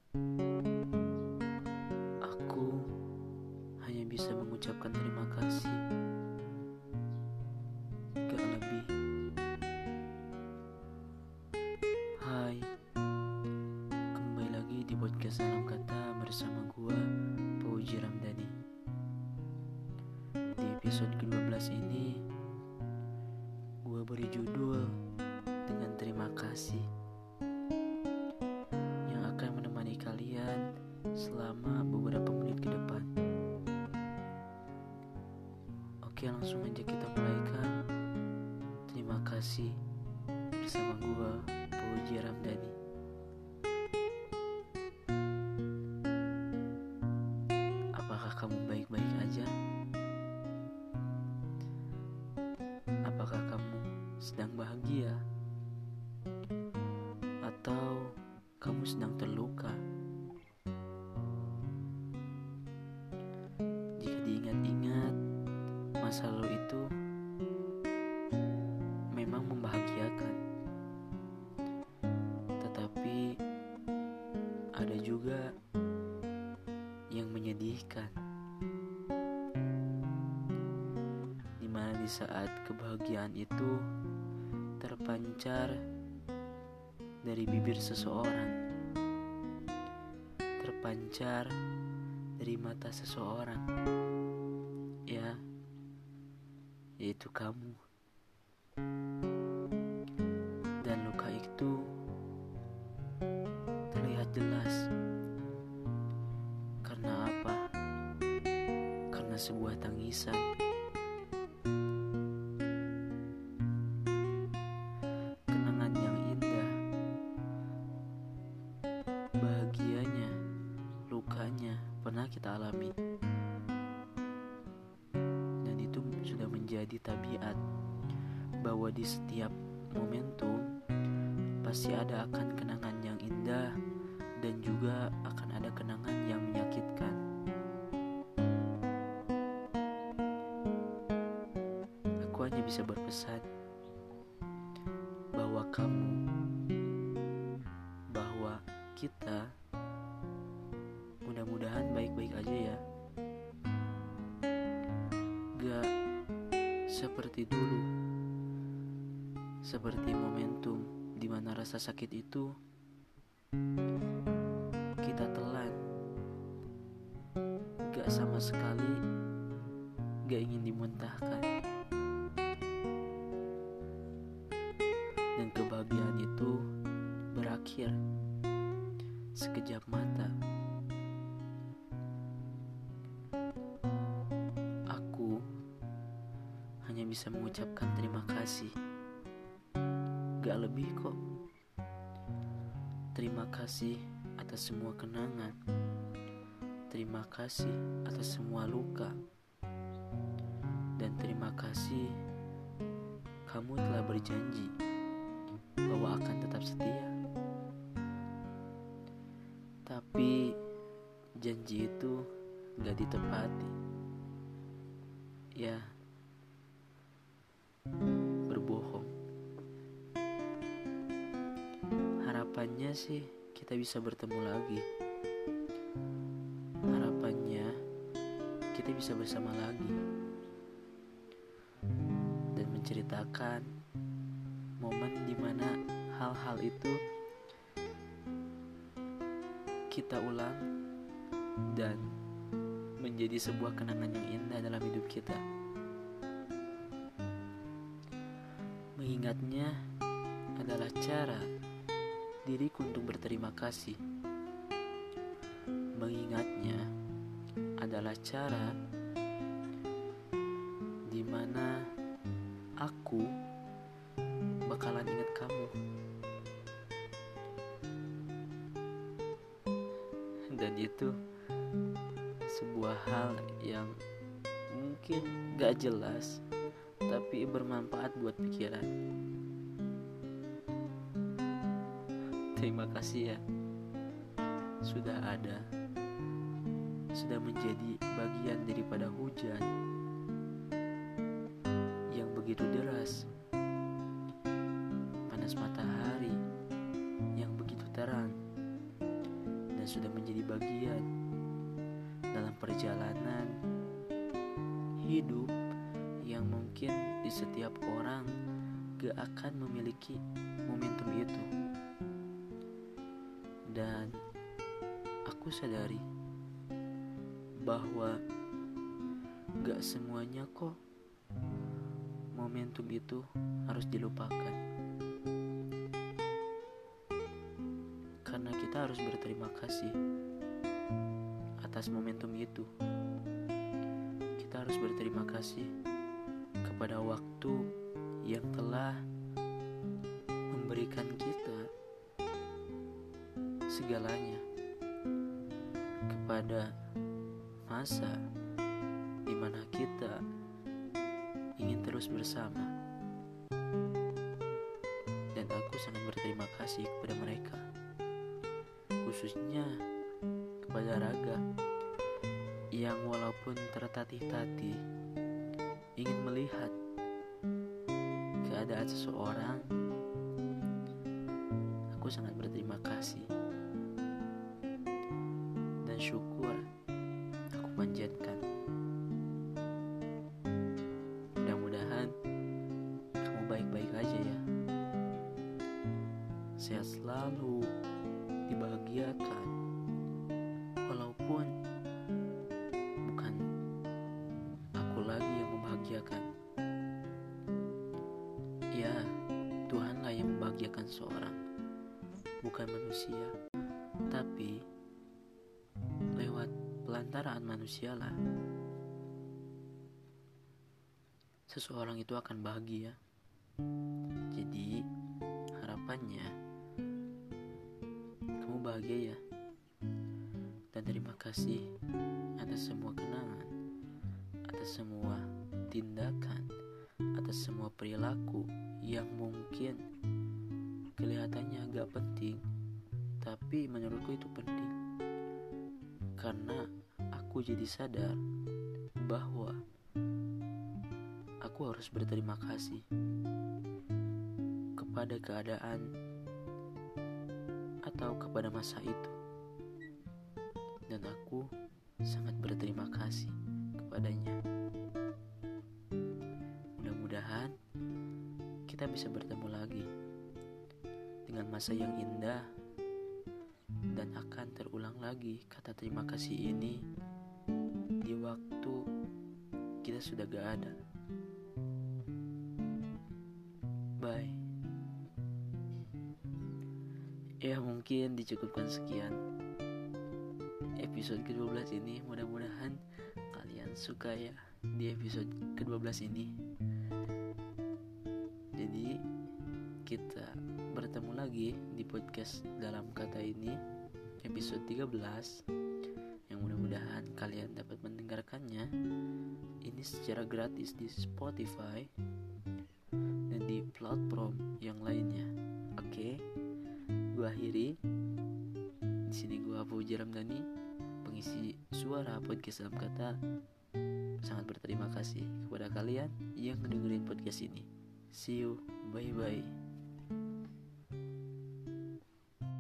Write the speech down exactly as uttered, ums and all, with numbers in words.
Aku hanya bisa mengucapkan terima kasih, gak lebih. Hai, kembali lagi di podcast Salam Kata bersama gua, Puji Ramdhani. Di episode kedua belas ini, gua beri judul dengan terima kasih, yang akan menemani kalian selama beberapa menit ke depan. Oke, langsung aja kita mulaikan. Terima kasih bersama gua, Puji Ramdhani. Apakah kamu baik-baik aja? Apakah kamu sedang bahagia? Atau kamu sedang terluka? Jika diingat-ingat, masa lalu itu memang membahagiakan, tetapi ada juga yang menyedihkan, dimana di saat kebahagiaan itu terpancar dari bibir seseorang, terpancar dari mata seseorang, ya, yaitu kamu. Dan luka itu terlihat jelas. Karena apa? Karena sebuah tangisan. Kenangan yang indah, bahagianya, lukanya pernah kita alami. Dan itu sudah menjadi tabiat, bahwa di setiap momentum pasti ada akan kenangan yang indah dan juga akan ada kenangan yang menyakitkan. Aku hanya bisa berpesan bahwa kamu, bahwa kita mudah-mudahan baik-baik aja ya. Gak seperti dulu, seperti momentum di mana rasa sakit itu kita telan, gak sama sekali gak ingin dimuntahkan. Dan kebahagiaan itu berakhir sekejap mata. Aku hanya bisa mengucapkan terima kasih, gak lebih kok. Terima kasih atas semua kenangan. Terima kasih atas semua luka. Dan terima kasih kamu telah berjanji bahwa akan tetap setia. Tapi janji itu gak ditepati. Ya, berbohong. Harapannya sih kita bisa bertemu lagi. Harapannya kita bisa bersama lagi dan menceritakan momen dimana hal-hal itu kita ulang dan menjadi sebuah kenangan yang indah dalam hidup kita. Mengingatnya adalah cara diriku untuk berterima kasih. Mengingatnya adalah cara di mana aku bakalan ingat kamu. Dan itu sebuah hal yang mungkin gak jelas, tapi bermanfaat buat pikiran. Terima kasih ya, sudah ada, sudah menjadi bagian daripada hujan yang begitu deras, panas matahari yang begitu terang, dan sudah menjadi bagian dalam perjalanan hidup yang mungkin di setiap orang gak akan memiliki momentum itu. Dan aku sadari bahwa gak semuanya kok momentum itu harus dilupakan. Karena kita harus berterima kasih atas momentum itu. Kita harus berterima kasih kepada waktu yang telah memberikan kita segalanya, kepada masa di mana kita ingin terus bersama. Dan aku sangat berterima kasih kepada mereka, khususnya kepada Raga yang walaupun tertatih-tatih ingin melihat keadaan seseorang. Aku sangat berterima kasih dan syukur aku panjatkan. Mudah-mudahan kamu baik-baik aja ya, sehat selalu, dibahagiakan, walaupun bukan aku lagi yang membahagiakan. Ya, Tuhanlah yang membahagiakan seorang, bukan manusia. Tapi lewat pelantaraan manusialah seseorang itu akan bahagia. Jadi harapannya kamu bahagia ya. Dan terima kasih atas semua kenangan, atas semua tindakan, atas semua perilaku yang mungkin kelihatannya agak penting, tapi menurutku itu penting. Karena aku jadi sadar bahwa aku harus berterima kasih kepada keadaan atau kepada masa itu. Dan aku sangat berterima kasih kepadanya. Mudah-mudahan kita bisa bertemu lagi dengan masa yang indah, dan akan terulang lagi kata terima kasih ini di waktu kita sudah gak ada. Bye. Ya, mungkin dicukupkan sekian episode kedua belas ini. Mudah-mudahan kalian suka ya di episode kedua belas ini. Jadi kita bertemu lagi di podcast Dalam Kata ini, episode tiga belas, yang mudah-mudahan kalian dapat mendengarkannya ini secara gratis di Spotify dan di platform yang lainnya. Oke, gua akhiri di sini. Gua Fauzi Ramdhani, pengisi suara podcast Dalam Kata. Sangat berterima kasih kepada kalian yang mendengarin podcast ini. See you, bye bye.